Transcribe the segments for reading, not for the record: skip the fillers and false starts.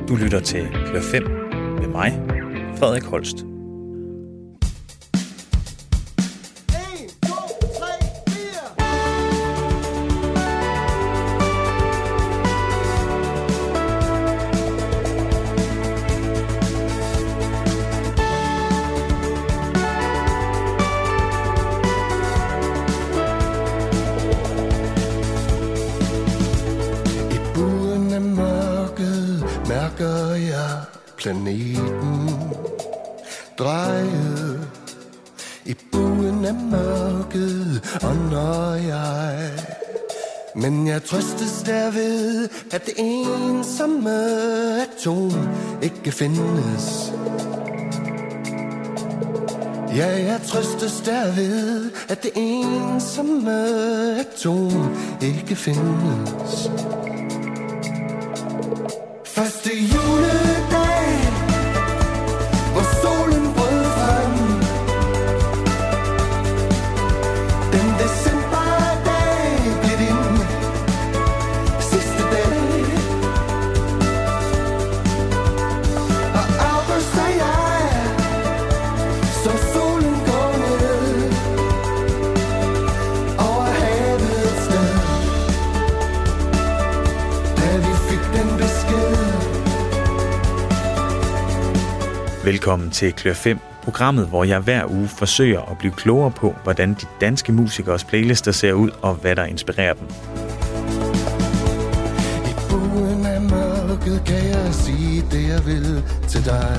Du lytter til Klør 5 med mig, Frederik Holst. Planeten dreje i buen af mørket, ånder jeg. Men jeg trøstes derved, at det ensomme atom ikke findes. Ja, jeg trøstes derved, at det ensomme atom ikke findes. Første juledag, hvor solen brød frem. Den decemberdag blev din sidste dag. Og august og jeg så solen gå ned over havets sted. Da vi fik den besked. Velkommen til Klør 5, programmet, hvor jeg hver uge forsøger at blive klogere på, hvordan de danske musikers playlister ser ud, og hvad der inspirerer dem. I buen af mørket kan jeg sige det, jeg vil til dig.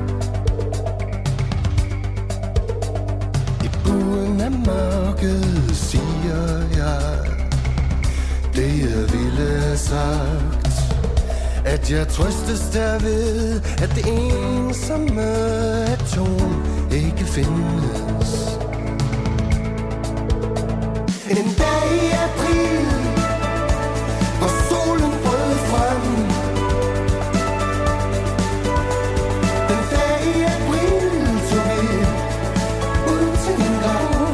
I buen af mørket siger jeg det, jeg ville have sagt. At jeg trøstes derved, at det ensomme atom ikke findes. En dag i april, hvor solen brød frem. Den dag i april tog vi ud til en grav,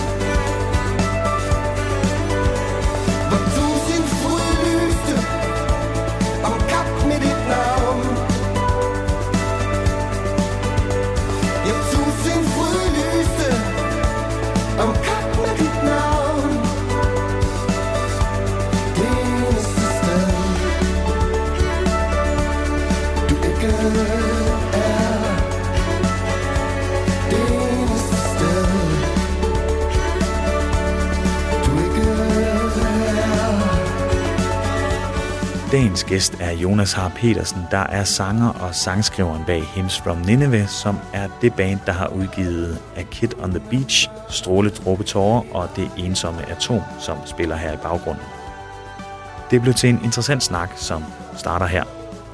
hvor tusind fryd lyste om kap med dit navn. Ja, tusind fryd lyste om kap med dit navn. Det eneste sted, du ikke er. Det eneste sted, du ikke er. Dagens gæst er Jonas Har Petersen, der er sanger og sangskriveren bag Hymns from Nineveh, som er det band, der har udgivet A Kid on the Beach, Stråle Dråbe Tårer og Det Ensomme Atom, som spiller her i baggrunden. Det blev til en interessant snak, som starter her.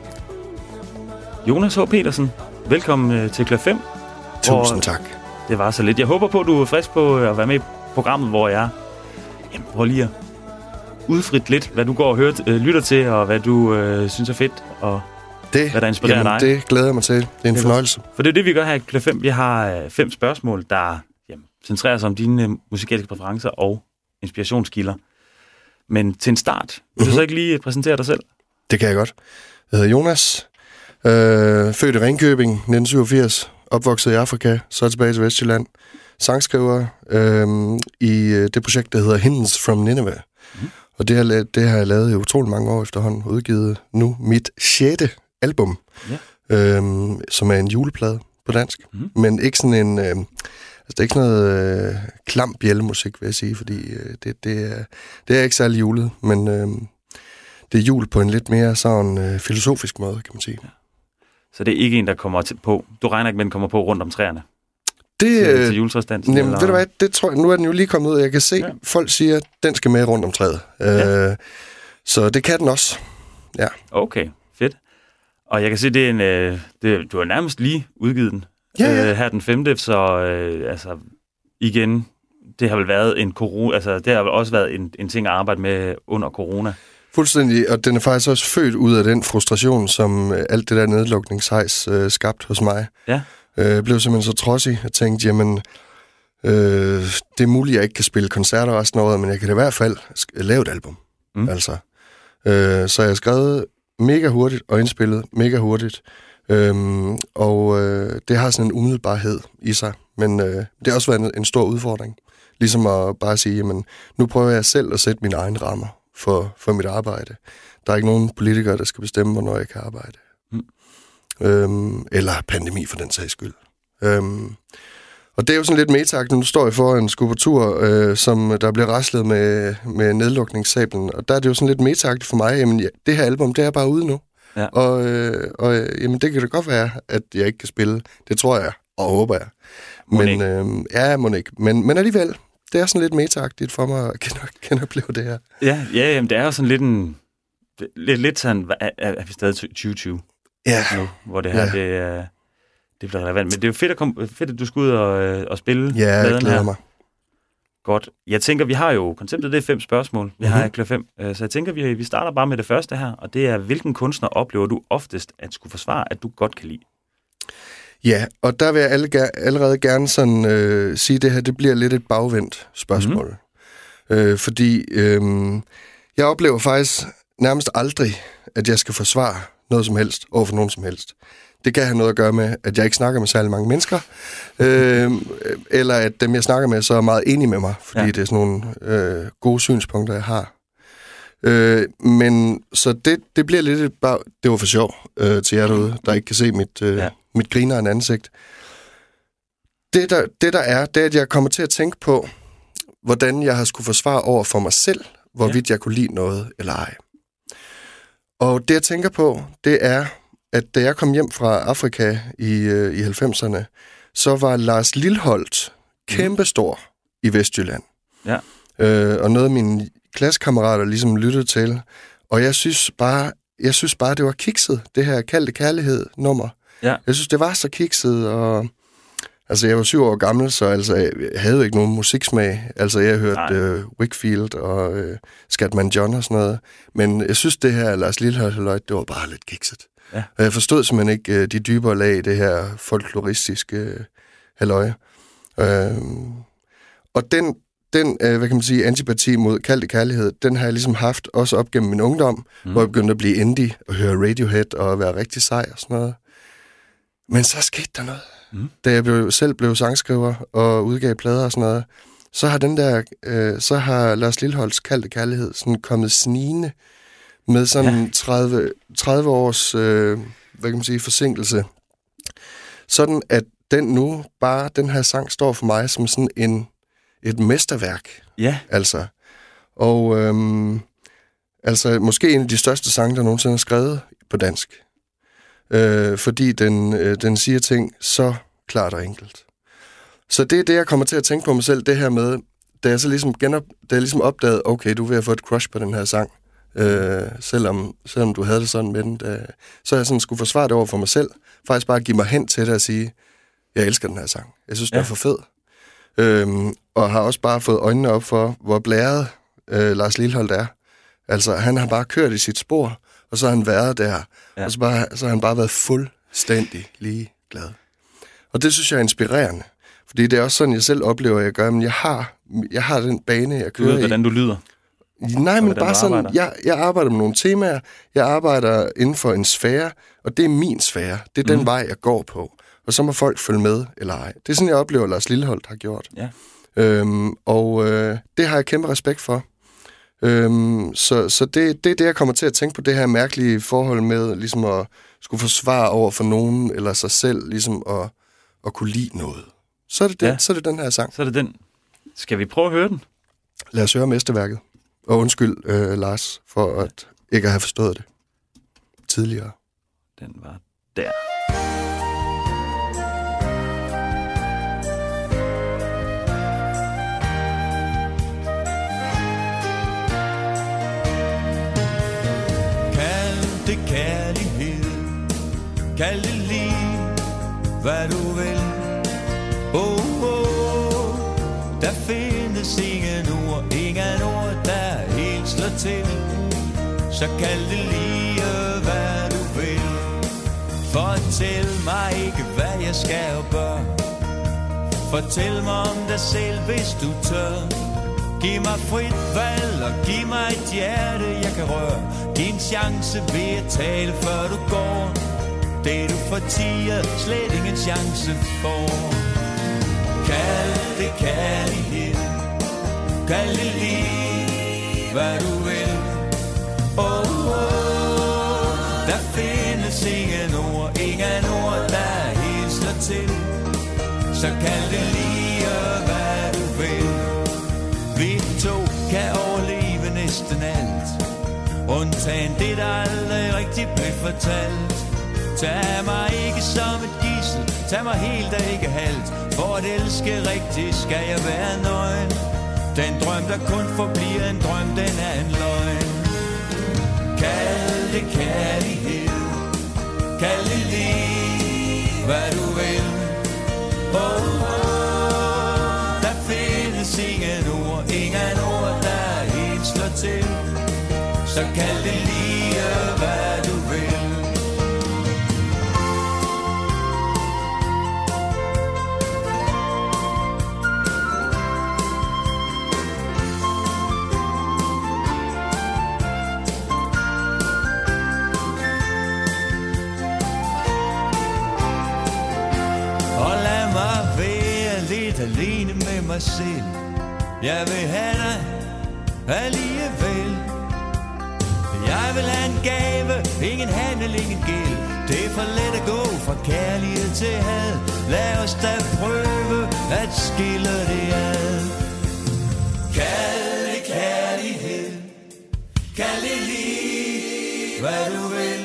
Jonas H. Petersen, velkommen til Klør 5. Tusind tak. Det var så lidt. Jeg håber på, at du er frisk på at være med i programmet, hvor jeg prøver lige at udfrit lidt, hvad du går og lytter til, og hvad du synes er fedt, og hvad der inspirerer dig. Det glæder jeg mig til. Det er en fornøjelse. For det er det, vi gør her i Klør 5. Vi har 5 spørgsmål, der centrerer sig om dine musikalske præferencer og inspirationskilder. Men til en start, vil du så ikke lige præsentere dig selv? Det kan jeg godt. Jeg hedder Jonas, født i Ringkøbing 1987, opvokset i Afrika, så tilbage til Vestjylland. Sangskriver i det projekt, der hedder Hymns from Nineveh. Og det har jeg lavet i utrolig mange år efterhånden, udgivet nu mit 6. album, som er en juleplade på dansk. Men ikke sådan en, det er ikke sådan noget klam bjællemusik, vil jeg sige, fordi det er ikke særlig julet, men det er jul på en lidt mere sådan filosofisk måde, kan man sige. Ja. Så det er ikke en, der kommer på, du regner ikke med, den kommer på rundt om træerne? Til juletræsdansen? Jamen, ved du hvad, det tror jeg, nu er den jo lige kommet ud, og jeg kan se, folk siger, at den skal med rundt om træet. Så det kan den også. Ja. Okay, fedt. Og jeg kan se, det er du har nærmest lige udgivet den. Her den 5. Så igen, det har vel været en corona, det har vel også været en ting at arbejde med under corona. Fuldstændig, og den er faktisk også født ud af den frustration, som alt det der nedlukningshejs skabte hos mig. Ja. Blev simpelthen så trodsig, og tænkte, jamen, det er muligt, at jeg ikke kan spille koncerter resten af året, men jeg kan da i hvert fald lave et album. Altså. Så jeg har skrevet mega hurtigt og indspillet mega hurtigt. Det har sådan en umiddelbarhed i sig, men det har også været en stor udfordring. Ligesom at bare sige, jamen, nu prøver jeg selv at sætte mine egne rammer for mit arbejde. Der er ikke nogen politikere, der skal bestemme, hvornår jeg kan arbejde. Eller pandemi for den sags skyld. Og det er jo sådan lidt metagtigt. Nu står jeg for en skulptur, som der bliver raslet med nedlukningssablen, og der er det jo sådan lidt metagtigt for mig. Jamen, det her album, det er bare ude nu. Ja. Og jamen, det kan det godt være, at jeg ikke kan spille. Det tror jeg, og håber jeg. Men må ikke. Men alligevel, det er sådan lidt metagtigt for mig at genopleve det her. Ja, jamen, det er jo sådan lidt sådan, er vi stadig 2020 nu, hvor det her, det bliver relevant. Men det er jo fedt, at du skal ud og spille. Ja, jeg glæder mig. Godt. Jeg tænker, vi har jo konceptet, det er 5 spørgsmål. Vi har klør 5. Så jeg tænker, vi starter bare med det første her, og det er, hvilken kunstner oplever du oftest at skulle forsvare, at du godt kan lide? Ja, og der vil jeg allerede gerne sådan sige, det her, det bliver lidt et bagvendt spørgsmål. Fordi jeg oplever faktisk nærmest aldrig, at jeg skal forsvare noget som helst over for nogen som helst. Det kan have noget at gøre med, at jeg ikke snakker med særlig mange mennesker, eller at dem, jeg snakker med, så er meget enige med mig, fordi det er sådan nogle gode synspunkter, jeg har. Men så det bliver lidt det var for sjov til jer derude, der ikke kan se mit grinerende ansigt. Det der er, det er, at jeg kommer til at tænke på, hvordan jeg har skulle forsvare over for mig selv, hvorvidt jeg kunne lide noget eller ej. Og det, jeg tænker på, det er, at da jeg kom hjem fra Afrika i 90'erne, så var Lars Lilholt kæmpestor i Vestjylland. Ja. Og noget af mine klassekammerater ligesom lyttede til. Og jeg synes bare, det var kikset, det her kaldte kærlighed-nummer. Ja. Jeg synes, det var så kikset, og altså, jeg var 7 år gammel, så altså, jeg havde jo ikke nogen musiksmag. Altså, jeg hørte Wakefield og Scatman John og sådan noget. Men jeg synes, det her Lars Lilholt, det var bare lidt kikset. Ja. Og jeg forstod simpelthen ikke de dybere lag i det her folkloristiske halløje. Og den hvad kan man sige, antipati mod kaldte kærlighed, den har jeg ligesom haft også op gennem min ungdom, hvor jeg begyndte at blive indie og høre Radiohead og være rigtig sej og sådan noget. Men så skete der noget. Da jeg selv blev sangskriver og udgav plader og sådan noget, så har Lars Lilholts kaldte kærlighed sådan kommet snigende med sådan 30 års hvad kan man sige, forsinkelse. Sådan at den her sang står for mig som sådan et mesterværk. Ja. Altså. Og altså måske en af de største sange, der nogensinde er skrevet på dansk. Fordi den siger ting så klart og enkelt. Så det er det, jeg kommer til at tænke på mig selv, det her med, da jeg så ligesom opdagede, okay, du er ved at få et crush på den her sang, selvom du havde det sådan med den, så jeg sådan skulle forsvare det over for mig selv, faktisk bare give mig hen til det og sige, jeg elsker den her sang. Jeg synes, den er for fed. Og har også bare fået øjnene op for, hvor blæret Lars Lilholt er. Altså, han har bare kørt i sit spor, og så har han været der, og så har han bare været fuldstændig lige glad. Og det synes jeg er inspirerende, fordi det er også sådan, jeg selv oplever, at jeg gør, men jeg har den bane, jeg kører i. Du ved, hvordan du lyder? Nej, men bare sådan, jeg arbejder med nogle temaer, jeg arbejder inden for en sfære, og det er min sfære, det er den vej, jeg går på. Og så må folk følge med, eller ej. Det er sådan, jeg oplever, at Lars Lilholt har gjort. Ja. Det har jeg kæmpe respekt for. Så det er det, jeg kommer til at tænke på, det her mærkelige forhold med ligesom at skulle forsvare over for nogen, eller sig selv, ligesom at kunne lide noget. Så er det, så er det den her sang. Så er det den. Skal vi prøve at høre den? Lad os høre mesterværket. Og undskyld, Lars, for at ikke have forstået det tidligere. Den var der. Kald det kærlighed, kald det liv, hvad du vil. Der findes ingen ord, der helt slår til. Så kald det lige, hvad du vil. Fortæl mig ikke, hvad jeg skal og bør. Fortæl mig om dig selv, hvis du tør. Giv mig frit valg og giv mig et hjerte, jeg kan røre. Din chance ved at tale, før du går. Det du fortier, slet ingen chance for. Kald det kærlighed, kald det liv, hvad du vil. Der findes ingen ord, der helt slår til. Så kald det lige, hvad du vil. Vi to kan overleve næsten alt, undtagen det, der aldrig rigtig blev fortalt. Tag mig ikke som et gidsel, tag mig helt og ikke halvt. For at elske rigtigt skal jeg være nøgen. Den drøm, der kun forbliver en drøm, den er en løgn. Kald det kærlighed, kald det liv, hvad du vil. Der findes ingen ord, der helt slår til. Så kald det lige, hvad du vil. Alene med mig selv. Jeg vil have dig alligevel. Jeg vil have en gave, ingen handel, ingen gæld. Det er for let at gå fra kærlighed til had. Lad os da prøve at skille det ad. Kald det kærlighed, kald det liv, hvad du vil.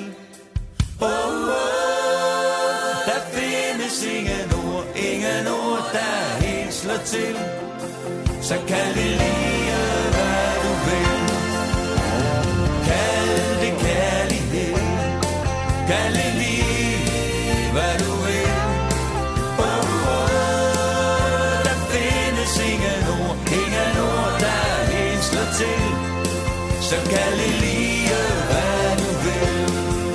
Der findes ingen ord, der helt slår til. Så kald det lige, hvad du vil. Kald det kærlighed, kald det liv, hvad du vil. Der findes ingen ord, der helt slår til. Så kald det lige, hvad du vil.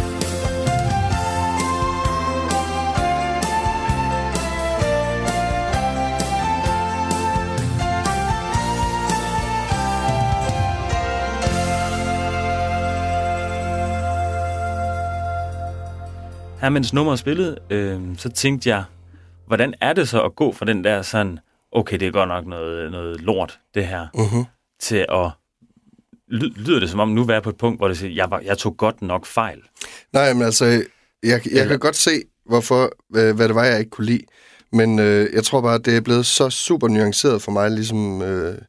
Her mens nummeret spillede, så tænkte jeg, hvordan er det så at gå fra den der sådan, okay, det er godt nok noget lort, det her, til at, lyder det som om nu er jeg på et punkt, hvor det siger, jeg tog godt nok fejl? Nej, men altså, jeg kan godt se, hvorfor, hvad det var, jeg ikke kunne lide, men jeg tror bare, at det er blevet så super nuanceret for mig, ligesom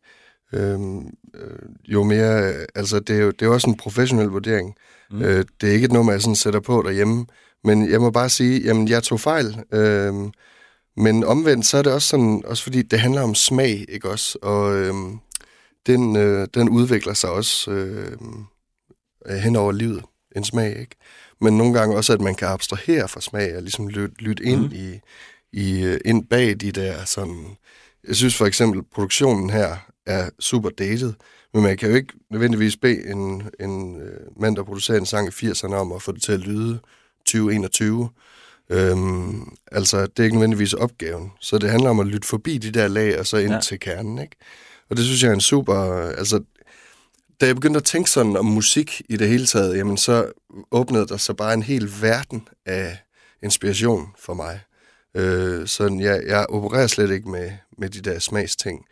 jo mere, altså det er også en professionel vurdering. Det er ikke et nummer, jeg sådan sætter på derhjemme, men jeg må bare sige, jamen jeg tog fejl. Men omvendt, så er det også sådan, også fordi det handler om smag, ikke også? Og den udvikler sig også hen over livet, en smag, ikke? Men nogle gange også, at man kan abstrahere fra smag og ligesom lytte ind ind bag de der sådan. Jeg synes for eksempel, produktionen her er super dated, men man kan jo ikke nødvendigvis bede en mand, der producerer en sang i 80'erne om at få det til at lyde 2021. Altså, det er ikke nødvendigvis opgaven. Så det handler om at lytte forbi de der lag og så ind til kernen, ikke? Og det synes jeg er en super. Altså, da jeg begyndte at tænke sådan om musik i det hele taget, jamen så åbnede der sig bare en hel verden af inspiration for mig. Så jeg opererer slet ikke med de der smagsting.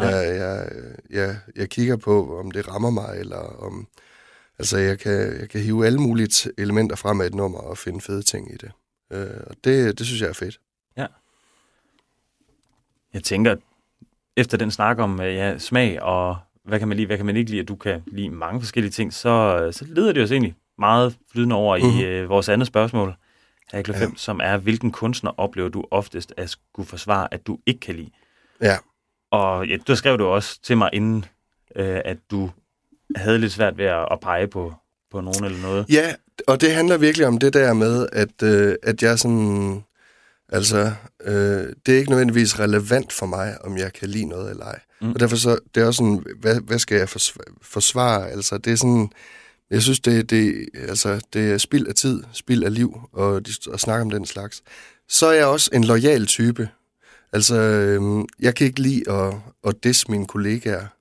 Jeg kigger på, om det rammer mig, eller om. Altså, jeg kan hive alle mulige elementer frem af et nummer og finde fede ting i det. Og det synes jeg er fedt. Ja. Jeg tænker, efter den snak om smag og hvad kan man lide, hvad kan man ikke lide, at du kan lide mange forskellige ting, så leder det os egentlig meget flydende over i vores andet spørgsmål, Hakle 5, som er, hvilken kunstner oplever du oftest at skulle forsvare, at du ikke kan lide? Ja. Og du skrev du også til mig inden, at du havde lidt svært ved at pege på nogen eller noget. Ja, og det handler virkelig om det der med, at jeg sådan. Altså, det er ikke nødvendigvis relevant for mig, om jeg kan lide noget eller ej. Og derfor så, det er også sådan, hvad skal jeg forsvare? Altså, det er sådan, jeg synes, det er spild af tid, spild af liv, og snakke om den slags. Så er jeg også en loyal type. Altså, jeg kan ikke lide at disse mine kollegaer.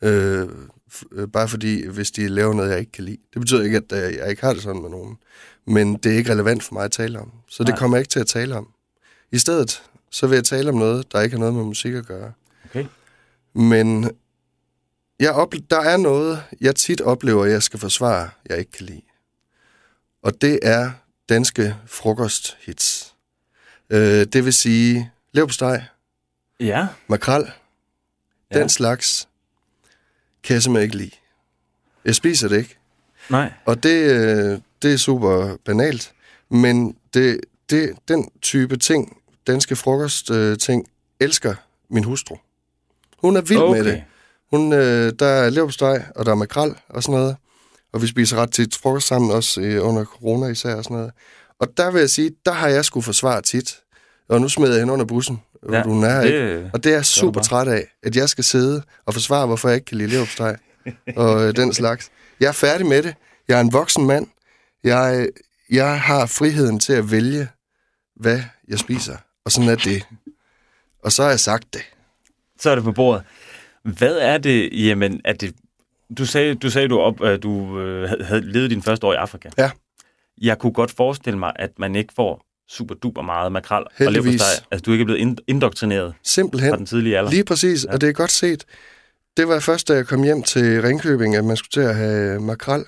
Bare fordi, hvis de laver noget, jeg ikke kan lide. Det betyder ikke, at jeg ikke har det sådan med nogen. Men det er ikke relevant for mig at tale om. Så det kommer jeg ikke til at tale om. I stedet, så vil jeg tale om noget, der ikke har noget med musik at gøre. Okay. Men der er noget, jeg tit oplever, jeg skal forsvare, jeg ikke kan lide. Og det er danske frokosthits. Det vil sige leverpostej, makrel, den slags kan jeg simpelthen ikke lide. Jeg spiser det ikke. Nej. Og det er super banalt, men den type ting, danske frokostting, elsker min hustru. Hun er vild med det. Der er leverpostej, og der er makrel og sådan noget. Og vi spiser ret tit frokost sammen, også under corona især og sådan noget. Og der vil jeg sige, der har jeg skulle forsvare tit. Og nu smider jeg hende under bussen, hvor hun er, ikke? Og det er jeg super træt af, at jeg skal sidde og forsvare, hvorfor jeg ikke kan lide leverpostej og den slags. Jeg er færdig med det. Jeg er en voksen mand. Jeg har friheden til at vælge, hvad jeg spiser. Og sådan er det. Og så har jeg sagt det. Så er det på bordet. Hvad er det, jamen, er det... Du sagde, du havde levet din første år i Afrika. Ja. Jeg kunne godt forestille mig, at man ikke får super duper meget makrel og leverpostej. Altså, du er ikke blevet indoktrineret simpelthen fra den tidlige alder. Lige præcis, og det er godt set. Det var først, da jeg kom hjem til Ringkøbing, at man skulle til at have makrel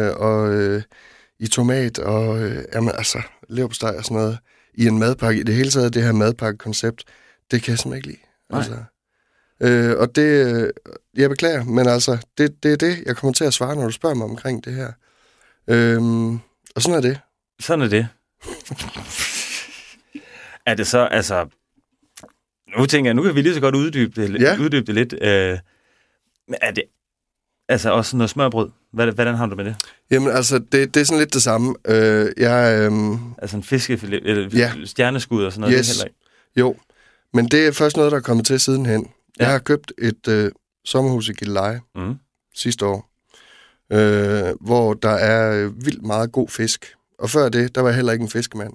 i tomat og leverpostej og sådan noget i en madpakke. I det hele taget, det her madpakke-koncept, det kan jeg simpelthen ikke lide. Altså. Og det, jeg beklager, men altså, det er det, jeg kommer til at svare, når du spørger mig omkring det her. Og sådan er det. Sådan er det. Er det så, altså... Nu tænker jeg, nu kan vi lige så godt uddybe det lidt. Er det altså også noget smørbrød? Hvordan har du med det? Jamen altså, det er sådan lidt det samme. Altså en fiskefilet, eller stjerneskud og sådan noget? Yes. Det heller ikke. Jo, men det er først noget, der er kommet til sidenhen. Jeg har købt et sommerhus i Gilleleje sidste år, hvor der er vildt meget god fisk. Og før det, der var jeg heller ikke en fiskemand.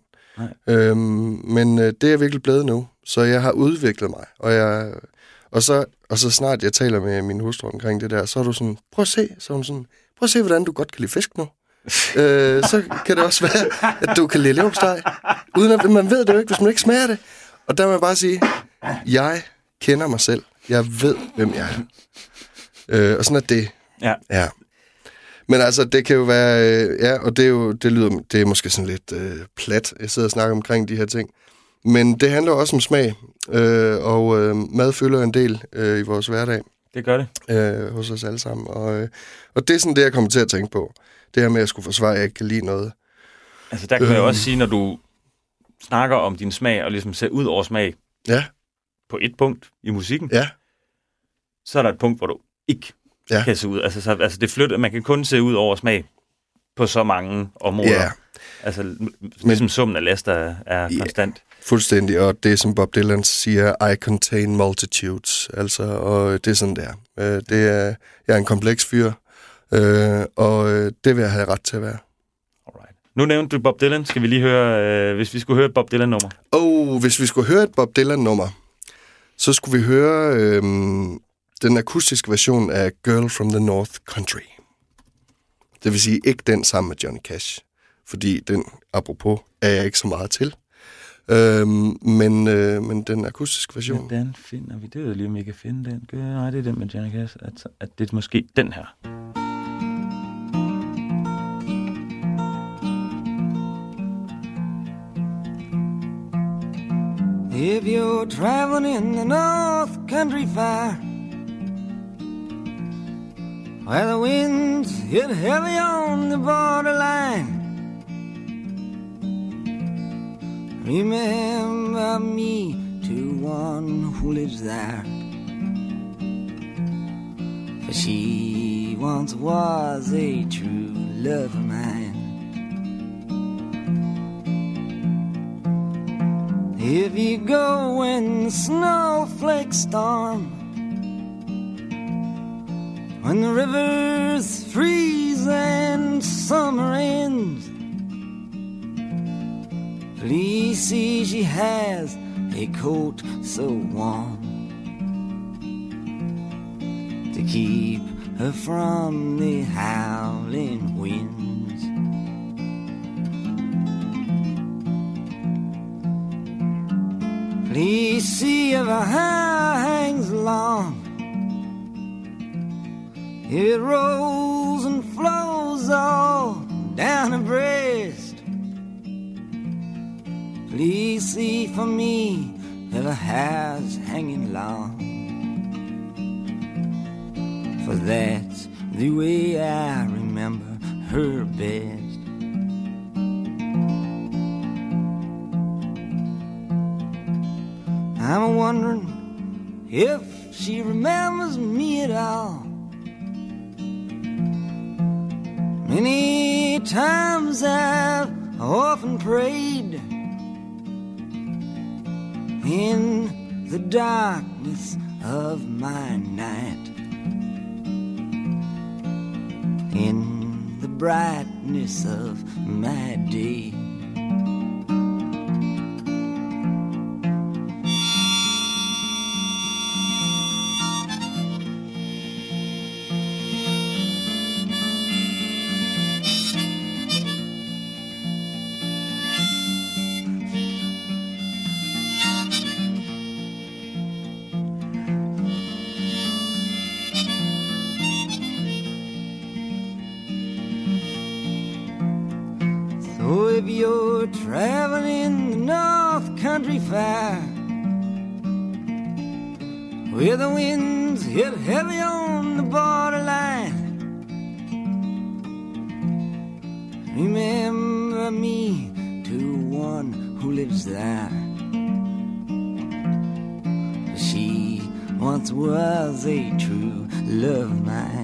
Men det er virkelig blevet nu, så jeg har udviklet mig. Og så snart jeg taler med min hustru omkring det der, så er du sådan, prøv at se, hvordan du godt kan lide fisk nu. Så kan det også være, at du kan lide leverpostej, uden at man ved det jo ikke, hvis man ikke smager det. Og der må jeg bare sige, jeg kender mig selv. Jeg ved, hvem jeg er. Og sådan er det. Ja. Men altså, det kan jo være... og det er måske sådan lidt plat, jeg sidder og snakker omkring de her ting. Men det handler også om smag, og mad fylder en del i vores hverdag. Det gør det. Hos os alle sammen. Og det er sådan det, jeg kommer til at tænke på. Det her med, at jeg skulle forsvare, at jeg ikke kan lide noget. Altså, der kan man jo også sige, når du snakker om din smag, og ligesom ser ud over smag på et punkt i musikken, så er der et punkt, hvor du ikke kan se ud. Altså det flytter, man kan kun se ud over smag på så mange områder. Ja. Altså, ligesom summen af laster er konstant. Fuldstændig, og det som Bob Dylan siger, I contain multitudes, altså, og det er sådan der. Jeg er en kompleks fyr, og det vil jeg have ret til at være. Alright. Nu nævnte du Bob Dylan. Skal vi lige høre, hvis vi skulle høre et Bob Dylan-nummer? Hvis vi skulle høre et Bob Dylan-nummer, så skulle vi høre den akustiske version af Girl from the North Country. Det vil sige ikke den sammen med Johnny Cash, fordi den, apropos, er jeg ikke så meget til. Men den akustiske version. Hvordan finder vi det? Lige om vi kan finde den. Nej, det er den med Johnny Cash. At det er måske den her. If you're traveling in the North Country Fire, where the winds hit heavy on the borderline, remember me to one who lives there, for she once was a true love of mine. If you go when the snowflakes storm, when the rivers freeze and summer ends, please see she has a coat so warm to keep her from the howling winds. Please see if her hair hangs long. It rolls and flows all down her breast. Please see for me if her hair's hanging long. For that's the way I remember her best. I'm wondering if she remembers me at all. Many times I've often prayed in the darkness of my night, in the brightness of my day. So if you're traveling the North Country Fair, where the winds hit heavy on the borderline, remember me to one who lives there. She once was a true love of mine.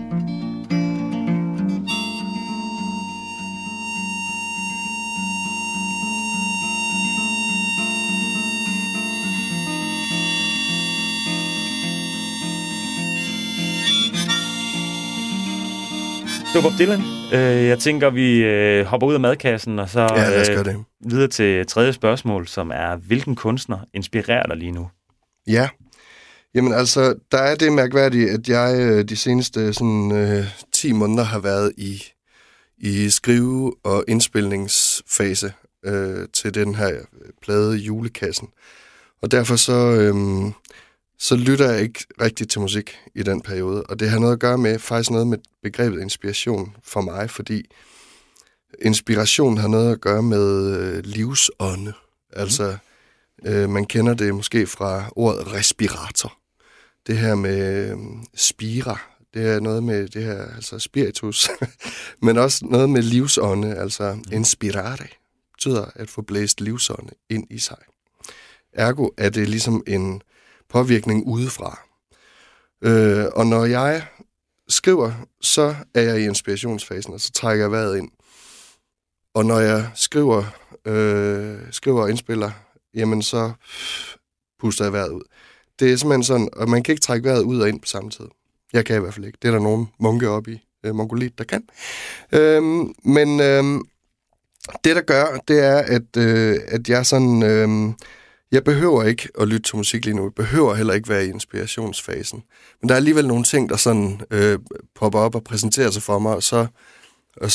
Det var Bob Dylan. Jeg tænker, vi hopper ud af madkassen, og så videre til tredje spørgsmål, som er, hvilken kunstner inspirerer dig lige nu? Ja, jamen altså, der er det mærkværdige, at jeg de seneste sådan, 10 måneder har været i skrive- og indspilningsfase til den her plade Julekassen. Og derfor så lytter jeg ikke rigtigt til musik i den periode, og det har noget at gøre med, faktisk noget med begrebet inspiration for mig, fordi inspiration har noget at gøre med livsånde. Altså, man kender det måske fra ordet respirator. Det her med spira, det er noget med det her, altså spiritus, men også noget med livsånde, altså inspirare, betyder at få blæst livsånde ind i sig. Ergo er det ligesom en påvirkning udefra. Og når jeg skriver, så er jeg i inspirationsfasen, og så trækker jeg vejret ind. Og når jeg skriver og indspiller, jamen så puster jeg vejret ud. Det er simpelthen sådan, og man kan ikke trække vejret ud og ind på samme tid. Jeg kan i hvert fald ikke. Det er der nogle munke oppe i Mongoliet, der kan. Men det, der gør, det er, at jeg sådan... Jeg behøver ikke at lytte til musik lige nu. Jeg behøver heller ikke være i inspirationsfasen. Men der er alligevel nogle ting, der sådan popper op og præsenterer sig for mig, og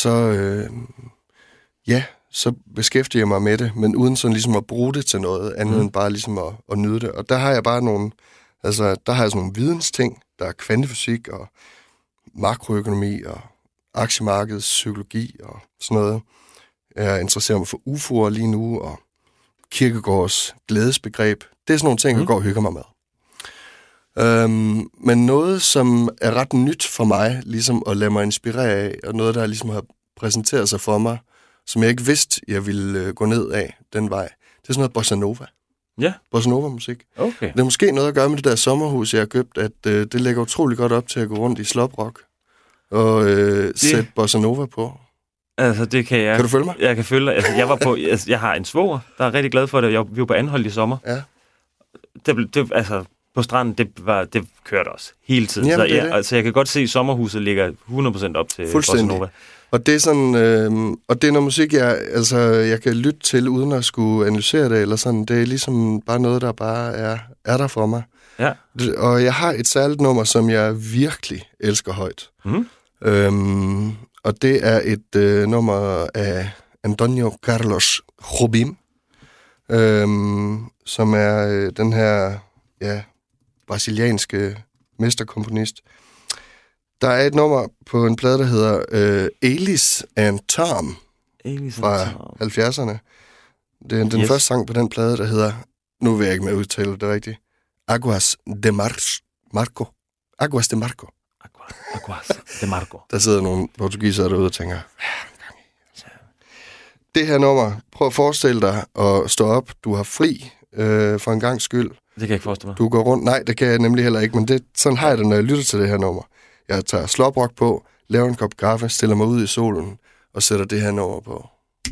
så beskæftiger jeg mig med det, men uden sådan ligesom at bruge det til noget andet end bare ligesom at nyde det. Og der har jeg bare nogle, altså der har jeg sådan nogle vidensting, der er kvantefysik og makroøkonomi og aktiemarkedets psykologi og sådan noget. Jeg interesserer mig for UFO'er lige nu, og Kierkegaards glædesbegreb. Det er sådan nogle ting, jeg går og hygger mig med. Men noget, som er ret nyt for mig, ligesom at lade mig inspirere af, og noget, der ligesom har præsenteret sig for mig, som jeg ikke vidste, jeg ville gå ned af den vej, det er sådan noget bossa nova. Ja. Bossa nova-musik. Okay. Det er måske noget at gøre med det der sommerhus, jeg har købt, at det lægger utrolig godt op til at gå rundt i sloprock og sætte bossa nova på. Altså, det kan jeg... Kan du følge mig? Jeg kan følge dig. Altså, jeg har en svoger, der er rigtig glad for det. Vi var på Anholt i sommer. Ja. Det altså, på stranden, det kørte også hele tiden. Jamen, så jeg kan godt se, at sommerhuset ligger 100% op til bossa nova. Og det er sådan, og det er noget musik, jeg kan lytte til, uden at skulle analysere det, eller sådan. Det er ligesom bare noget, der bare er der for mig. Ja. Og jeg har et særligt nummer, som jeg virkelig elsker højt. Og det er et nummer af Antonio Carlos Jobim, som er den her brasilianske mesterkomponist. Der er et nummer på en plade, der hedder Elis and Tom fra 70'erne. Det er den første sang på den plade, der hedder, nu vil jeg ikke med at udtale det rigtigt, Aguas de Marco. Aguas de Marco. Aguas de Marco. Der sidder nogle portugisere derude og tænker, det her nummer, prøv at forestille dig at stå op. Du har fri for en gangs skyld. Det kan jeg ikke forestille mig. Du går rundt. Nej, det kan jeg nemlig heller ikke, men sådan har jeg det, når jeg lytter til det her nummer. Jeg tager sloprock på, laver en kop kaffe, stiller mig ud i solen og sætter det her nummer på.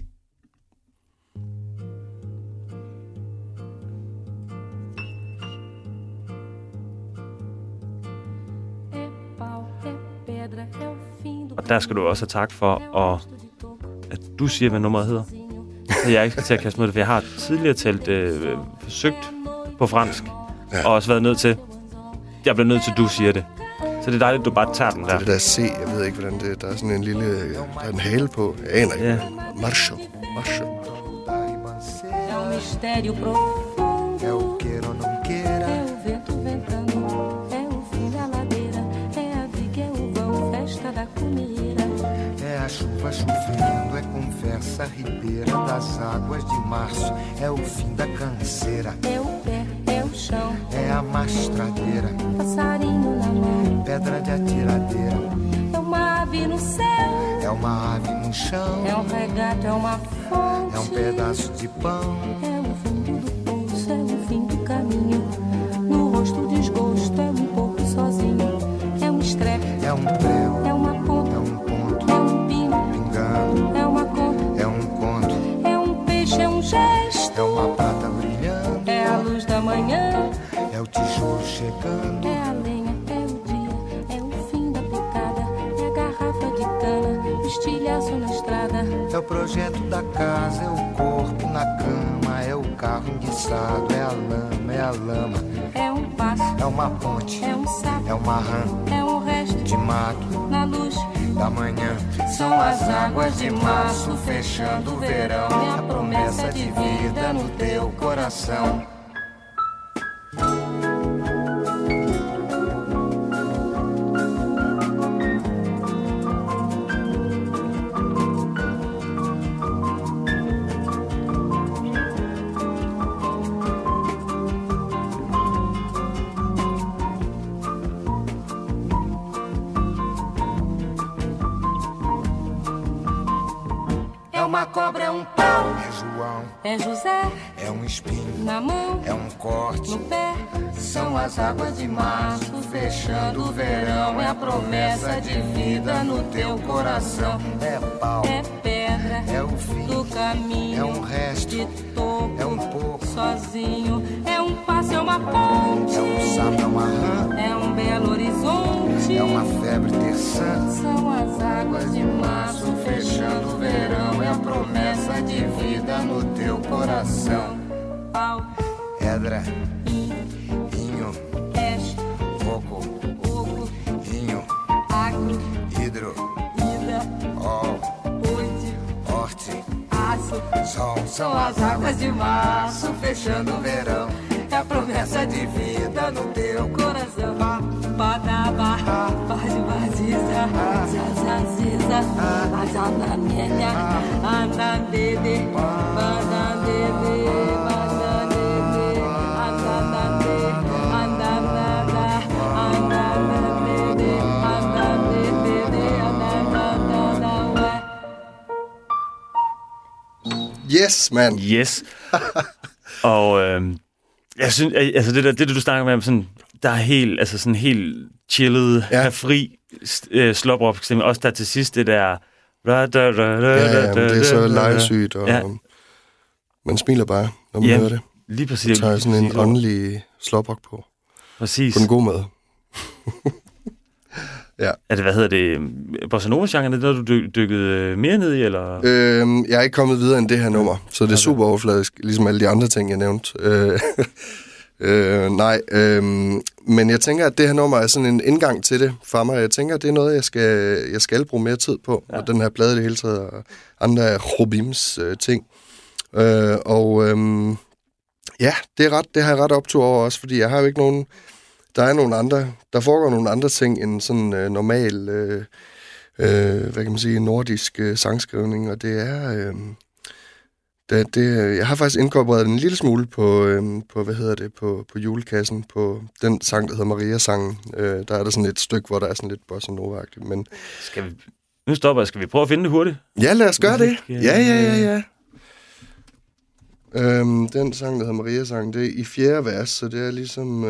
Og der skal du også have tak for, at du siger, hvad nummeret hedder. Så jeg ikke skal til at kaste med det, for jeg har tidligere forsøgt på fransk, og også været nødt til, jeg bliver nødt til, at du siger det. Så det er dejligt, at du bare tager den der. Det der C, jeg ved ikke, hvordan det er. Der er sådan en lille, der er en hale på. Jeg aner ikke. Ja. Marcho. Mistério profundo. É o queira ou não queira. É o vento ventando. É o fim da ladeira. É a viga, é o vão, festa da comida. É a chuva chovendo, é conversa ribeira das águas de março. É o fim da canseira. É o pé, é o chão. É a mastradeira. Passarinho na mão. Pedra de atiradeira. É uma ave no céu. É uma ave no chão. É um regato, é uma fonte. É um pedaço de pão. É o fundo do poço, é o fim do caminho. No rosto desgosto, é um pouco sozinho. É um estrepe. É um prego. É uma ponta. É um ponto. É um pino. Pingando. É uma conta. É um conto. É um peixe, é um gesto. É uma prata brilhando. É a luz da manhã. É o tijolo chegando. É a lenha, é o dia. É o fim da picada. É a garrafa de cana. O estilhaço na estrada. É o projeto da casa, é o corpo na cama, é o carro enguiçado, é a lama, é a lama. É um passo. É uma ponte. É um sapo. É uma rã. É um resto De mato. na luz Da manhã. são as águas de março fechando o verão. É a promessa de vida no teu coração. É uma cobra, é um pau. É João. É José É um espinho. na mão. É um corte. No pé são as águas de março fechando o verão. É a promessa de vida no teu coração. É pau. É pedra É o fim. do caminho. É um resto. de topo. É um pouco. Sozinho. É um passo, é uma ponte. É um sapo, é uma rã. É um belo horizonte. É uma febre terçã. São as águas de março fechando o verão. É a promessa de vida no teu coração. Pau, Edra. in, Inho. peixe, Coco. oco, Inho. agro, Hidro. ida, Ol. oite, Horte. aço. Sol. São as águas de março fechando o verão. É a promessa de vida no teu coração. Badaba, baziza, zazaziza, bazananenha, andandede, bandandede, bandandede, andandade, andandada, andandede, andandede, andandada, ué. Yes, man. Yes. Og jeg synes, altså det du snakker med, sådan, der er helt, altså sådan helt chillet, fri slåbrok-stemning. Også der til sidst, det der... Ja, men det er så legesygt, og man smiler bare, når man hører det. Lige præcis. Og tager sådan en åndelig slåbrok på. Præcis. På en god måde. Ja. Er det, hvad hedder det, bossa nova-genren, er det noget, du dykkede mere ned i, eller? Jeg er ikke kommet videre end det her nummer, så det er super overfladisk, ligesom alle de andre ting, jeg nævnte. Men jeg tænker, at det her nummer er sådan en indgang til det for mig. Jeg tænker, at det er noget, jeg skal bruge mere tid på. Ja. Og den her plade det hele taget, og andre af Robims ting. Ja, det har jeg ret optur over også, fordi jeg har jo ikke nogen... Der foregår nogle andre ting end sådan normal, hvad kan man sige, nordisk sangskrivning, og det er... jeg har faktisk inkorporeret en lille smule på julekassen, på den sang, der hedder Maria-sangen. Der er der sådan et stykke, hvor der er sådan lidt bossa nova-agtigt, men... Nu stopper jeg. Skal vi prøve at finde det hurtigt? Ja, lad os gøre det. Ja. Den sang, der hedder Maria-sangen, det er i 4. vers, så det er ligesom...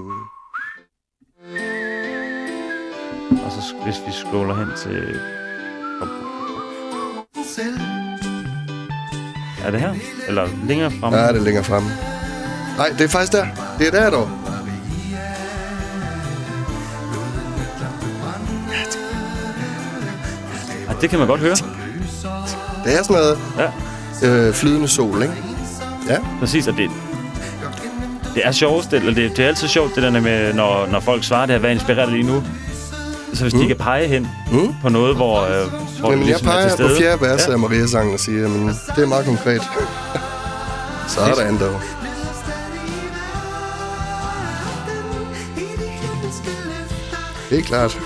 Og så hvis vi scroller hen til... Er det her? Eller længere fremme? Ja, det er længere fremme. Nej, det er faktisk der. Det er der, dog. Ja, det kan man godt høre. Det er sådan noget flydende sol, ikke? Ja. Præcis, og det er sjovest, eller det er altid sjovt, det der med, når folk svarer, det har været inspireret lige nu. Så hvis de kan pege hen på noget, hvor jamen, det ligesom jeg er til stede. peger på 4. vers af Maria-sangen og siger, jamen, det er meget konkret. Så er der endda. Helt klart.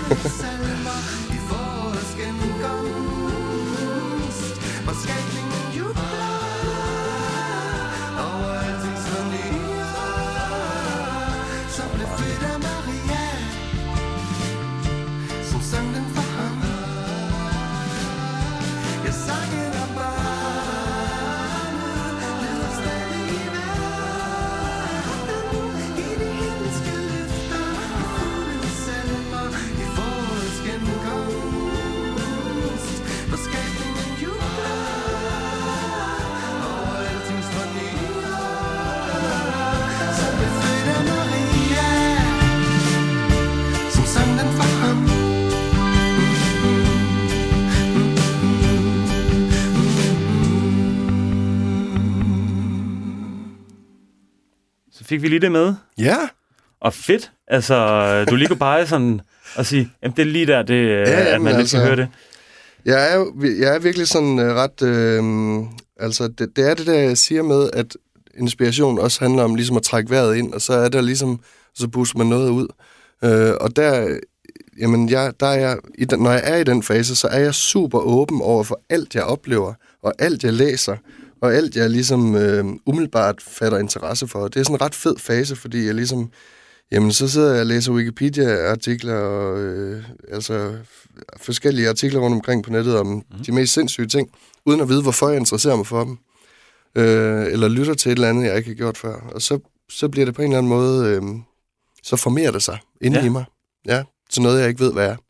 Fik vi lige det med? Ja. Og fedt. Altså, du lige kunne pege sådan og sige, jamen det er lige der, at man lidt skal høre det. Jeg er virkelig sådan ret... det er det der, jeg siger med, at inspiration også handler om ligesom at trække vejret ind, og så er der ligesom, så booster man noget ud. Og der... Jamen, når jeg er i den fase, så er jeg super åben over for alt, jeg oplever, og alt, jeg læser, og alt, jeg ligesom umiddelbart fatter interesse for. Det er sådan en ret fed fase, fordi jeg ligesom... Jamen, så sidder jeg og læser Wikipedia-artikler og forskellige artikler rundt omkring på nettet om de mest sindssyge ting, uden at vide, hvorfor jeg interesserer mig for dem. Eller lytter til et eller andet, jeg ikke har gjort før. Og så bliver det på en eller anden måde... så formerer det sig inde i mig. Ja, til noget, jeg ikke ved, hvad er.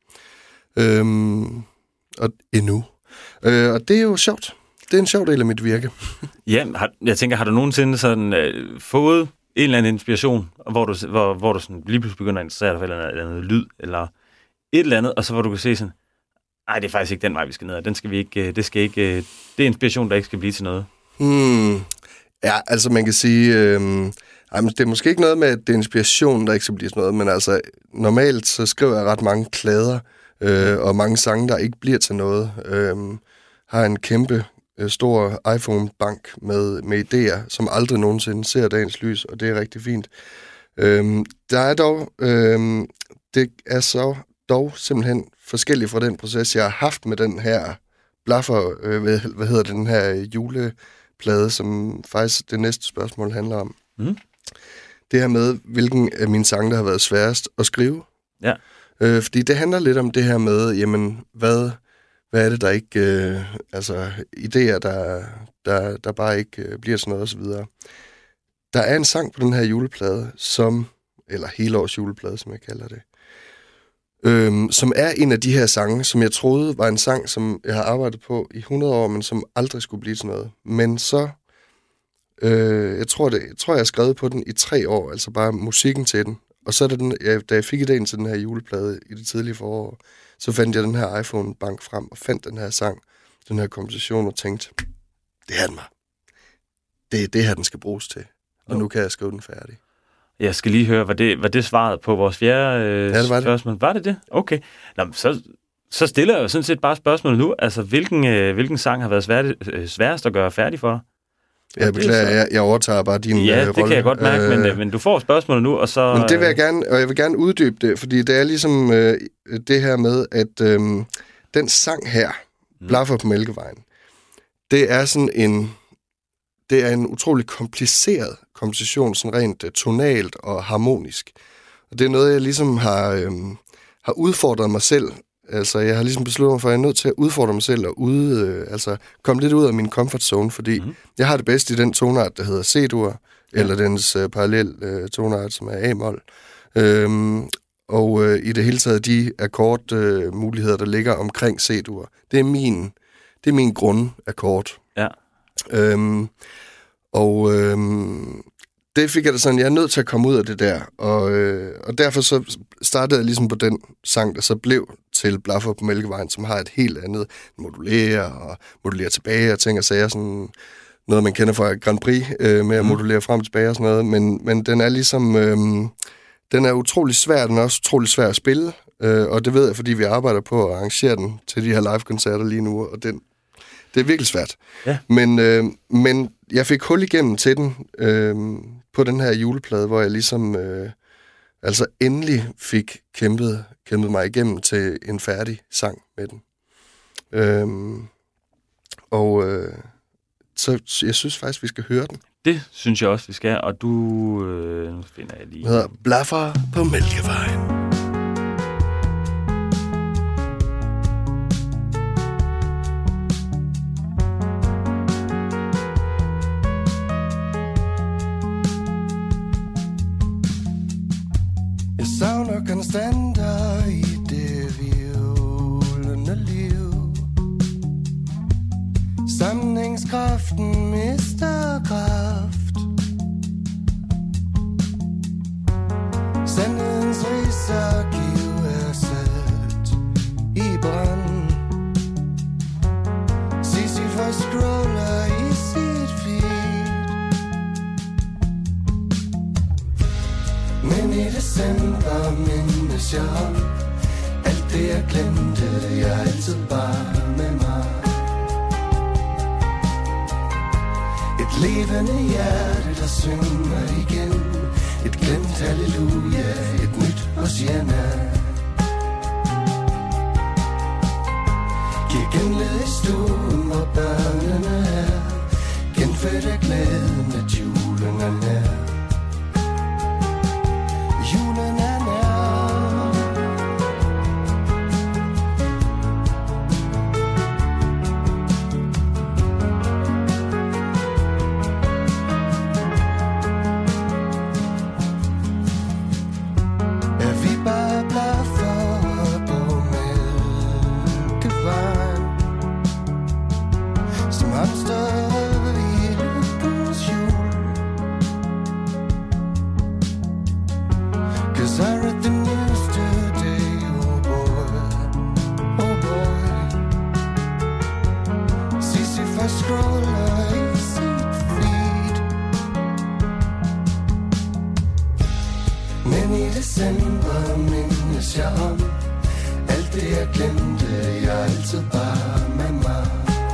Og endnu. Og det er jo sjovt. Det er en sjov del af mit virke. Ja, jeg tænker, har du nogensinde sådan fået en eller anden inspiration, hvor du sådan lige pludselig begynder at interessere dig for et eller andet lyd, eller et eller andet, og så hvor du kan se sådan, nej, det er faktisk ikke den vej, vi skal ned ad. Den skal vi ikke, det er inspiration, der ikke skal blive til noget. Ja, altså man kan sige, det er måske ikke noget med, at det er inspiration, der ikke skal blive til noget, men altså normalt så skriver jeg ret mange klader, og mange sange, der ikke bliver til noget. Har en kæmpe stor iPhone-bank med idéer, som aldrig nogensinde ser dagens lys, og det er rigtig fint. Der er dog, det er så dog simpelthen forskelligt fra den proces, jeg har haft med den her blaffer, den her juleplade, som faktisk det næste spørgsmål handler om. Det her med, hvilken af mine sange, der har været sværest at skrive. Ja. Fordi det handler lidt om det her med, jamen, hvad er det, der ikke... idéer, der bare ikke bliver sådan noget, og så videre. Der er en sang på den her juleplade, eller helårs juleplade, som jeg kalder det, som er en af de her sange, som jeg troede var en sang, som jeg har arbejdet på i 100 år, men som aldrig skulle blive til noget. Men så... jeg tror, jeg har skrevet på den i 3 år, altså bare musikken til den. Og så da jeg fik idéen til den her juleplade i det tidlige forår, så fandt jeg den her iPhone-bank frem og fandt den her sang, den her komposition og tænkte, det er den mig. Det er det her, den skal bruges til. Og nu kan jeg skrive den færdig. Jeg skal lige høre, var det svaret på vores fjerde spørgsmål? Var det? Okay. Nå, så stiller jeg jo sådan set bare spørgsmålet nu. Altså, hvilken sang har været sværest at gøre færdig for dig? Jeg beklager, jeg overtager bare din rolle. Ja, det kan jeg godt mærke, men du får spørgsmålet nu, og så... Men det vil jeg gerne, og jeg vil gerne uddybe det, fordi det er ligesom det her med, at den sang her, Blaffer på Mælkevejen, det er en utrolig kompliceret komposition, sådan rent tonalt og harmonisk. Og det er noget, jeg ligesom har udfordret mig selv. Altså, jeg har ligesom besluttet mig for, at jeg er nødt til at udfordre mig selv og komme lidt ud af min comfort zone, fordi jeg har det bedst i den tonart, der hedder C-dur, eller dens parallel tonart, som er A-mol. Og i det hele taget de akkordmuligheder, der ligger omkring C-dur. Det er min grundakkord. Ja. Det fik jeg da sådan, jeg er nødt til at komme ud af det der, og derfor så startede jeg ligesom på den sang, der så blev til Blaffer på Mælkevejen, som har et helt andet modulere tilbage og ting og sager, sådan noget, man kender fra Grand Prix, med at modulere frem og tilbage og sådan noget, men den er ligesom, den er utrolig svær, den er også utrolig svær at spille, og det ved jeg, fordi vi arbejder på at arrangere den til de her live-koncerter lige nu, og det er virkelig svært. Ja. Men jeg fik hul igennem til den på den her juleplade, hvor jeg ligesom endelig fik kæmpet mig igennem til en færdig sang med den. Så jeg synes faktisk, vi skal høre den. Det synes jeg også, vi skal, og nu finder jeg lige... Den hedder Blaffer på Mælkevejen. Savner konstanter i det violende liv. Sammenhængskraften mister kraft. Sandhedens rigsarkiv er sat i brand. Sisyphus scroller i sit feed. Men i december mindes jeg om alt det jeg glemte, jeg altid bare med mig. Et levende hjerte, der synger igen. Et glemt halleluja, et nyt Hosianna. Giv genled i stuen, hvor børnene er. Genfødt af glæden, at julen er nær. Julen er nær. Er vi bare blaffer på Mælkevejen, som hamster i lykkens hjul? 'Cause I read the news today, oh boy, oh boy. Sisyphus scroller i sit feed. Men i december mindes jeg om alt det jeg glemte, jeg altid bare med mig.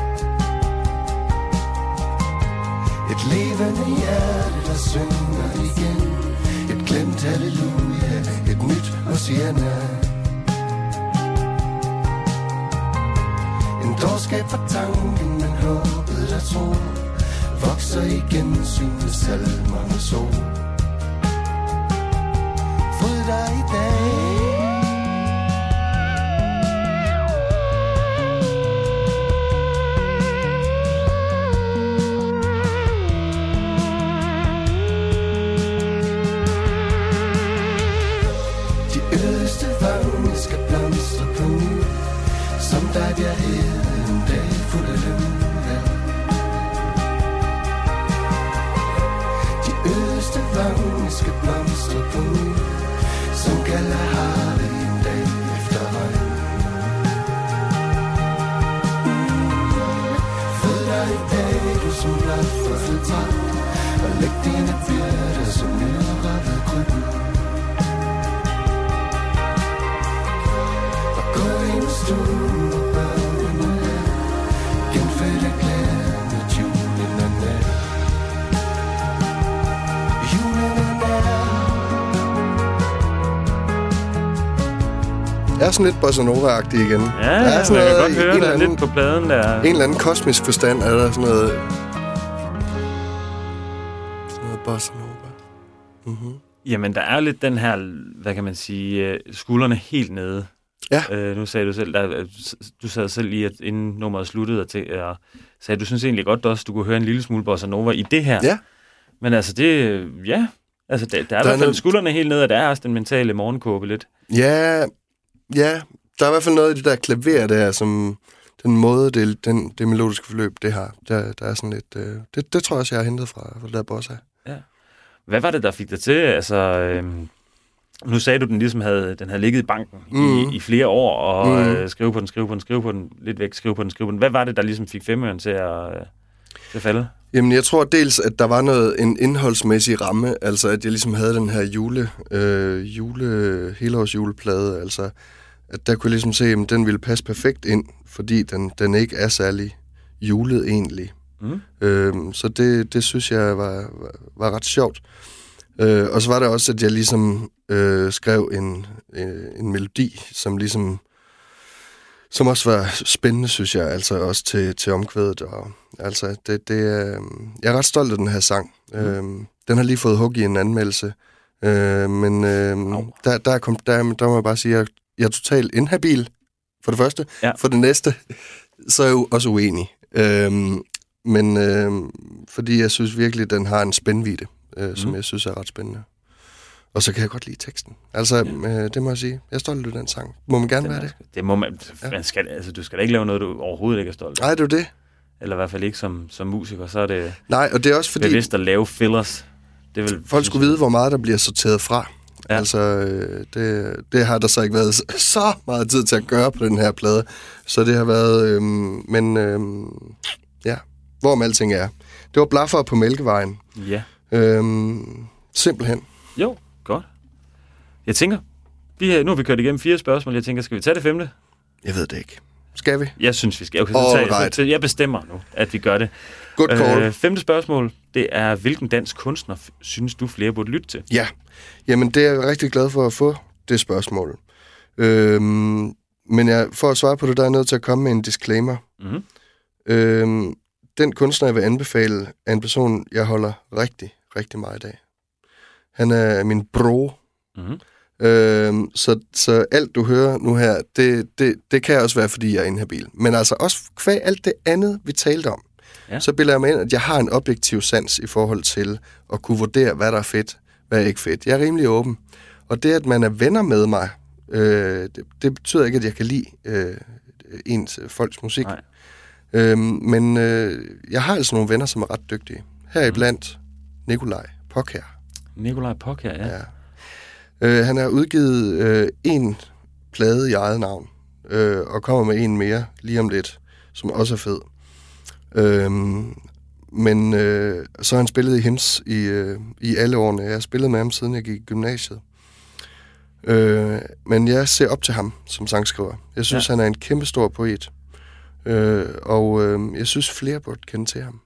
Et levende hjerte, der synger igen. Et glemt halleluja, et nyt Hosianna. En dårskab for tanken, men håbet der tro vokser igen, synes salmernes ord. Fryd dig i dag. Skal blomstre på ny, som dig bliver hævet en dag fuld af lønvær. De ødeste vange skal blomstre på ny, som Kalahari en dag efter regn. Fød dig i dag, du som blaffer for træt, og læg dine byrder som nyrevet kryb. er sådan lidt bossa nova-agtig igen. Ja, der er sådan jeg kan noget, godt høre det lidt på pladen der. En eller anden kosmisk forstand er der sådan noget... Sådan noget bossa nova. Mm-hmm. Jamen, der er jo lidt den her, hvad kan man sige, skuldrene helt nede. Ja. Nu sagde du selv, du sad selv lige, at inden nummeret sluttede, og sagde, du synes egentlig godt også, du kunne høre en lille smule bossa nova i det her. Ja. Men altså, det, ja, altså, der er i hvert fald skuldrene helt nede, og der er også den mentale morgenkåbe lidt. Ja, der er i hvert fald noget i det der klaver der, som den måde, det melodiske forløb, det har. Der er sådan lidt, det tror jeg også, jeg har hentet fra det der bossa. Ja. Hvad var det, der fik dig til, altså... Nu sagde du, den ligesom havde ligget i banken i flere år, og skrive på den, lidt væk, skrive på den. Hvad var det, der ligesom fik femøren til at falde? Jamen, jeg tror dels, at der var en indholdsmæssig ramme, altså at jeg ligesom havde den her helårsjuleplade, altså at der kunne jeg ligesom se, at den ville passe perfekt ind, fordi den ikke er særlig julet egentlig. Så det synes jeg var ret sjovt. Og så var det også, at jeg ligesom skrev en melodi, som også var spændende, synes jeg, altså også til omkvædet. Og, altså, jeg er ret stolt af den her sang. Den har lige fået hug i en anmeldelse. Men der må jeg bare sige, at jeg er totalt inhabil, for det første. Ja. For det næste, så er jeg jo også uenig. Fordi jeg synes virkelig, at den har en spændvidde, som jeg synes er ret spændende. Og så kan jeg godt lide teksten. Altså, det må jeg sige. Jeg er stolt af den sang. Må man gerne være det? Det må man. Du skal da ikke lave noget, du overhovedet ikke er stolt af. Nej, det er det. Eller i hvert fald ikke som musiker. Så er det... Nej, og det er også fordi... bevidst at lave fillers. Folk skulle vide, hvor meget der bliver sorteret fra. Ja. Altså, det har der så ikke været så meget tid til at gøre på den her plade. Så det har været... hvorom alting er. Det var blaffer på Mælkevejen. Ja. Simpelthen. Jo, godt. Jeg tænker, nu har vi kørt igennem 4 spørgsmål. Jeg tænker, skal vi tage det 5? Jeg ved det ikke. Skal vi? Jeg synes, vi skal. Okay, så jeg bestemmer nu, at vi gør det. Good call. 5. spørgsmål, det er, hvilken dansk kunstner synes du flere burde lytte til? Ja, jamen det er jeg rigtig glad for at få, det spørgsmål. Men for at svare på det, der er nødt til at komme med en disclaimer. Mm-hmm. Den kunstner, jeg vil anbefale, er en person, jeg holder rigtig, rigtig meget af. Han er min bro. Mm-hmm. Så alt, du hører nu her, det kan også være, fordi jeg er inhabil. Men altså også kvæg alt det andet, vi talte om, så bilder jeg mig ind, at jeg har en objektiv sans i forhold til at kunne vurdere, hvad der er fedt, hvad er ikke fedt. Jeg er rimelig åben. Og det, at man er venner med mig, det betyder ikke, at jeg kan lide folks musik. Men jeg har altså nogle venner, som er ret dygtige. Heriblandt Nikolaj Pockær. Nikolaj Pockær, ja. Han har udgivet en plade i eget navn, og kommer med en mere lige om lidt, som også er fed. Men så har han spillet i Hims i alle årene. Jeg har spillet med ham, siden jeg gik i gymnasiet. Men jeg ser op til ham som sangskriver. Jeg synes, han er en kæmpestor poet. Og jeg synes, flere burde kende til ham.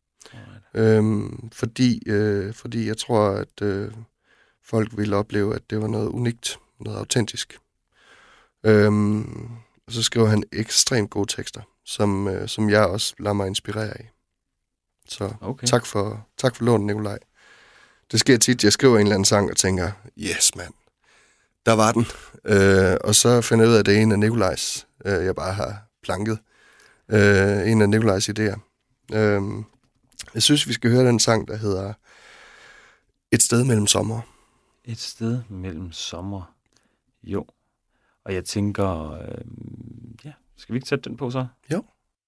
Fordi jeg tror, at folk ville opleve, at det var noget unikt, noget autentisk. Så skriver han ekstremt gode tekster, som jeg også lader mig inspirere af. Så tak for lånet, Nikolaj. Det sker tit, jeg skriver en eller anden sang og tænker, yes mand, der var den. Og så finder jeg ud af, at det er en af Nikolajs, jeg bare har planket. En af Nikolajs idéer. Jeg synes, vi skal høre den sang, der hedder Et sted mellem sommer. Et sted mellem sommer. Jo. Og jeg tænker, skal vi ikke sætte den på så? Jo.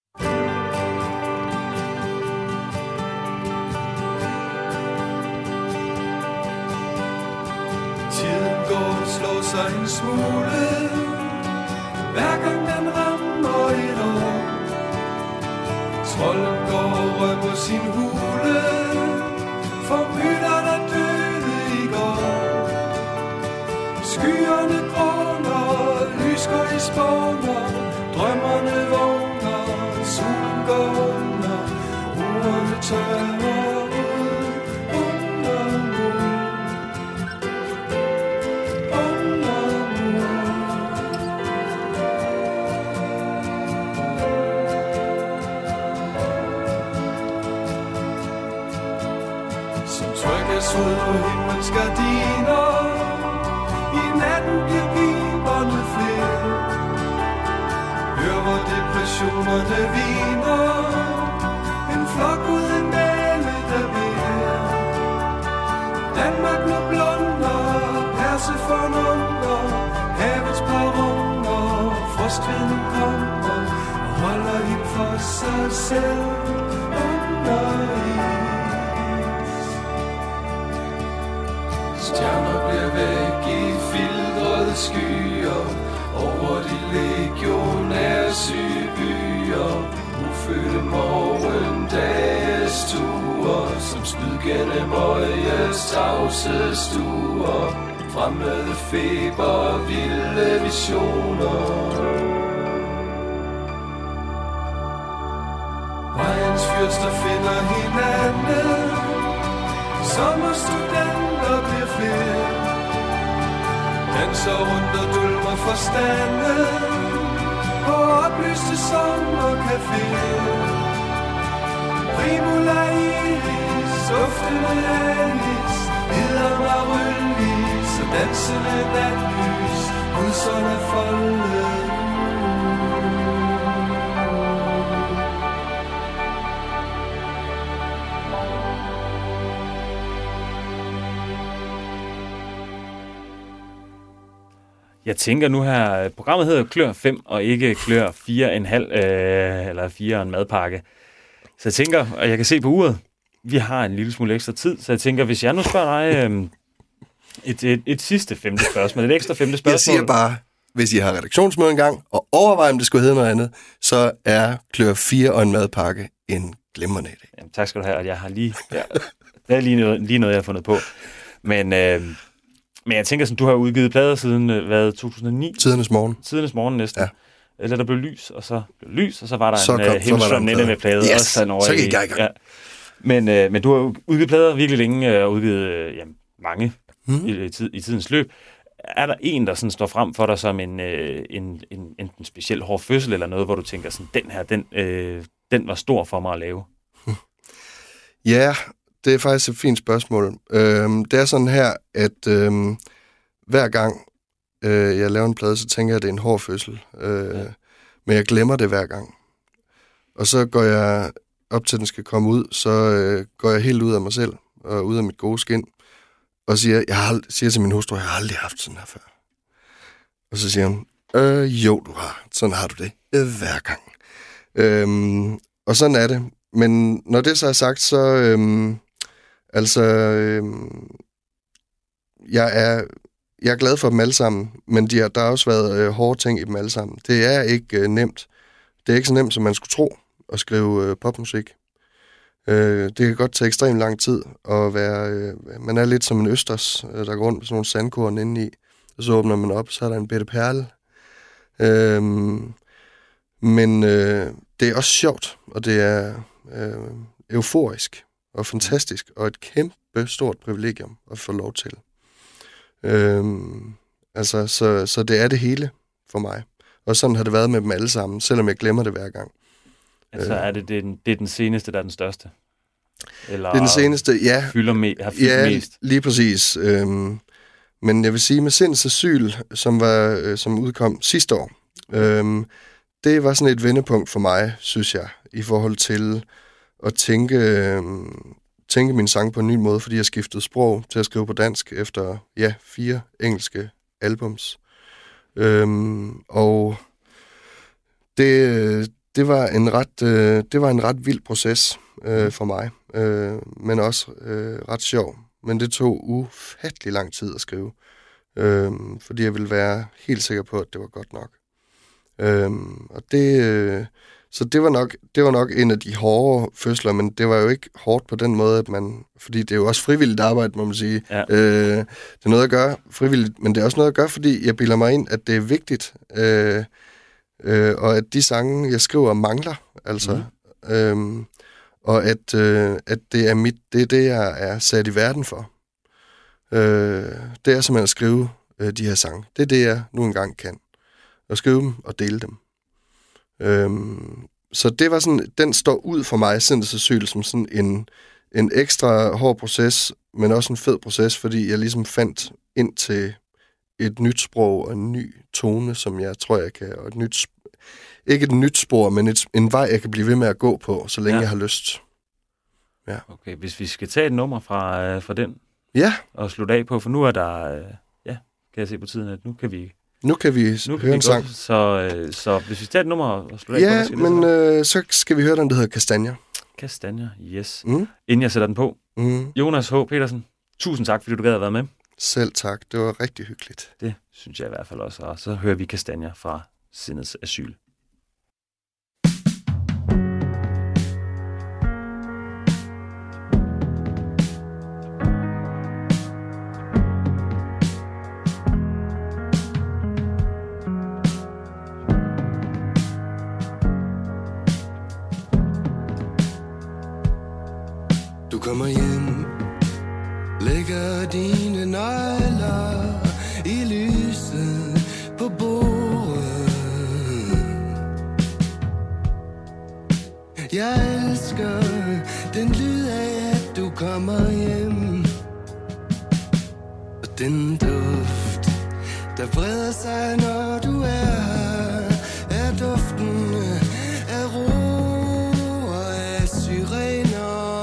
Tiden går og slår sig en smule, hver gang den rammer et år. Trolden går og rømmer sin hule, for myter der døde i går. Skyerne gråner, lys går i spåner, drømmerne vågner, solen går under, ordene tørrer ud under mur. ud på himlens gardiner. I natten bliver piberne flere. Hør hvor depressionerne viner. En flok uden male der bliver. Danmark nu blunder, Persefon under, havets baroner, frostvinden kommer og holder hip for sig selv under is. Stjerner bliver væk i filtrede skyer, over de legionære syge byer. Ufødte morgendages ture, som spyd gennem øjes tavse stuer. Fremmede feber, vilde visioner. Vejens fyrster finder hinanden, sommerstudenter bliver flere. Danser rundt og dulmer forstanden på oplyste sommercaféer. Primula iris, duftende anis, hedder maryllis og dansende natlys, udsånd foldet. Jeg tænker nu her, programmet hedder Klør 5 og ikke Klør 4,5 eller 4 en madpakke. Så jeg tænker, og jeg kan se på uret, vi har en lille smule ekstra tid, så jeg tænker, hvis jeg nu spørger dig et sidste 5. spørgsmål, et ekstra 5. spørgsmål. Jeg siger bare, hvis I har redaktionsmøde en gang, og overvejer, om det skulle hedde noget andet, så er Klør 4 og en madpakke en glimrende idé. Jamen, tak skal du have, og jeg har lige... Ja, det er lige noget, jeg har fundet på. Men jeg tænker sådan, du har udgivet plader siden, 2009? Tidernes morgen. Tidernes morgen næsten. Ja. Eller der blev lys, og så blev lys, og så var der en Hymns from Nineveh plade. Yes, også så gik jeg i gang. Ja. Men du har udgivet plader virkelig længe, og udgivet mange i tidens løb. Er der en, der sådan står frem for dig som en speciel hård fødsel, eller noget, hvor du tænker sådan, den her, den var stor for mig at lave? Ja, det er faktisk et fint spørgsmål. Det er sådan her, at hver gang jeg laver en plade, så tænker jeg, at det er en hård fødsel. Men jeg glemmer det hver gang. Og så går jeg op til, den skal komme ud, så går jeg helt ud af mig selv, og ud af mit gode skin, og siger til min hustru, jeg har aldrig haft sådan her før. Og så siger hun, jo, du har. Sådan har du det hver gang. Og sådan er det. Men når det så er sagt, så... Jeg er glad for dem alle sammen, men der har også været hårde ting i dem alle sammen. Det er ikke nemt. Det er ikke så nemt, som man skulle tro, at skrive popmusik. Det kan godt tage ekstremt lang tid at være... man er lidt som en østers, der går rundt med sådan nogle sandkorn indeni. Og så åbner man op, så er der en bitte perle. Men det er også sjovt, og det er euforisk og fantastisk, og et kæmpe stort privilegium at få lov til. Så det er det hele for mig. Og sådan har det været med dem alle sammen, selvom jeg glemmer det hver gang. Altså er det er den seneste, der er den største? Eller det er den seneste, ja. Har fyldt mest? Lige præcis. Men jeg vil sige, med Sindets Asyl, som udkom sidste år, det var sådan et vendepunkt for mig, synes jeg, i forhold til at tænke min sang på en ny måde, fordi jeg skiftede sprog til at skrive på dansk efter 4 engelske albums. Og det var en ret vild proces for mig, men også ret sjov. Men det tog ufattelig lang tid at skrive, fordi jeg ville være helt sikker på, at det var godt nok. Så det var nok en af de hårde fødsler, men det var jo ikke hårdt på den måde, at fordi det er jo også frivilligt arbejde, må man sige. Ja. Det er noget at gøre frivilligt, men det er også noget at gøre, fordi jeg bilder mig ind, at det er vigtigt, og at de sange, jeg skriver, mangler, altså. Og at det er det, jeg er sat i verden for. Det er simpelthen at skrive de her sange. Det er det, jeg nu engang kan. At skrive dem og dele dem. Så det var sådan, den står ud for mig, Sindets Asyl, som sådan en ekstra hård proces, men også en fed proces, fordi jeg ligesom fandt ind til et nyt sprog og en ny tone, som jeg tror, jeg kan, og ikke et nyt spor, men en vej, jeg kan blive ved med at gå på, så længe jeg har lyst. Ja. Okay, hvis vi skal tage et nummer fra den, og slutte af på, for nu er der, kan jeg se på tiden, at nu kan vi høre en sang. Så hvis vi tager et nummer og slutte af på, så skal vi høre den, der hedder Kastanjer. Kastanjer, yes. Inden jeg sætter den på. Jonas H. Petersen, tusind tak, fordi du gad at være med. Selv tak, det var rigtig hyggeligt. Det synes jeg i hvert fald også, og så hører vi Kastanjer fra Sindets Asyl. Du kommer hjem, lægger dine nøgler i lyset på bordet. Jeg elsker den lyd af, at du kommer hjem, og den duft, der breder sig, når du er her, er duften af ro og af syrener.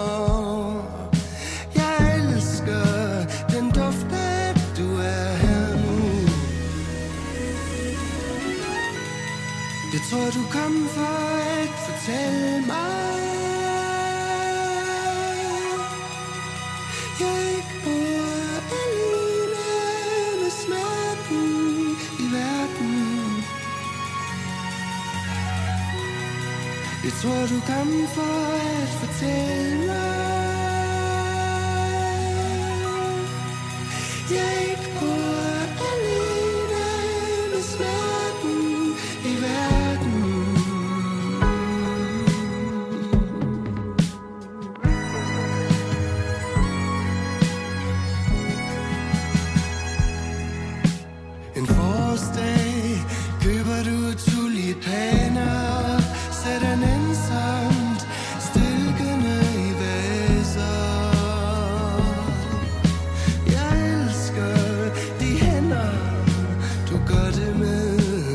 Jeg tror, du kom for at fortælle mig, jeg ikke bor alene med smerten i verden. Jeg tror, du kom for at fortælle mig, jeg ikke bor alene med smerten i verden. En forårsdag køber du tulipaner, sætter nænsomt stykkene i vaser. Jeg elsker de hænder, du gør det med.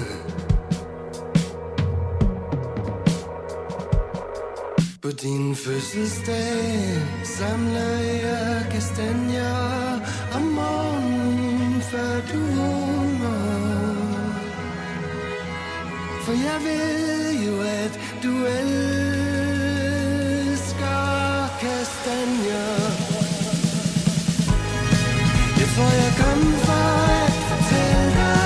På din fødselsdag samler jeg kastanjer om morgenen, før du vågner. For jeg ved jo, at du elsker kastanjer. Jeg tror, jeg kom for at fortælle dig,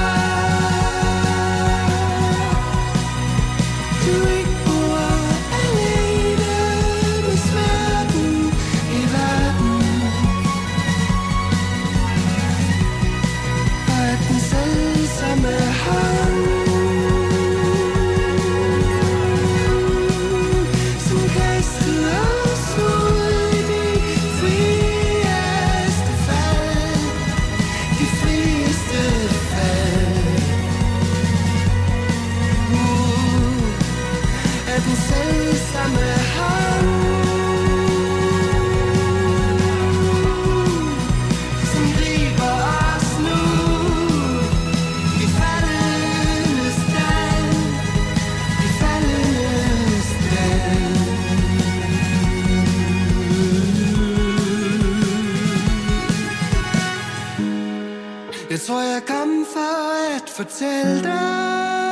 du ikke bor alene med smerten i verden, og at den selvsamme hånd, som kastede os ud i de frieste fald, de frieste fald, at den selvsamme hånd, som griber os nu i faldendes dal, i faldendes dal. Jeg tror, jeg kom for at fortælle dig,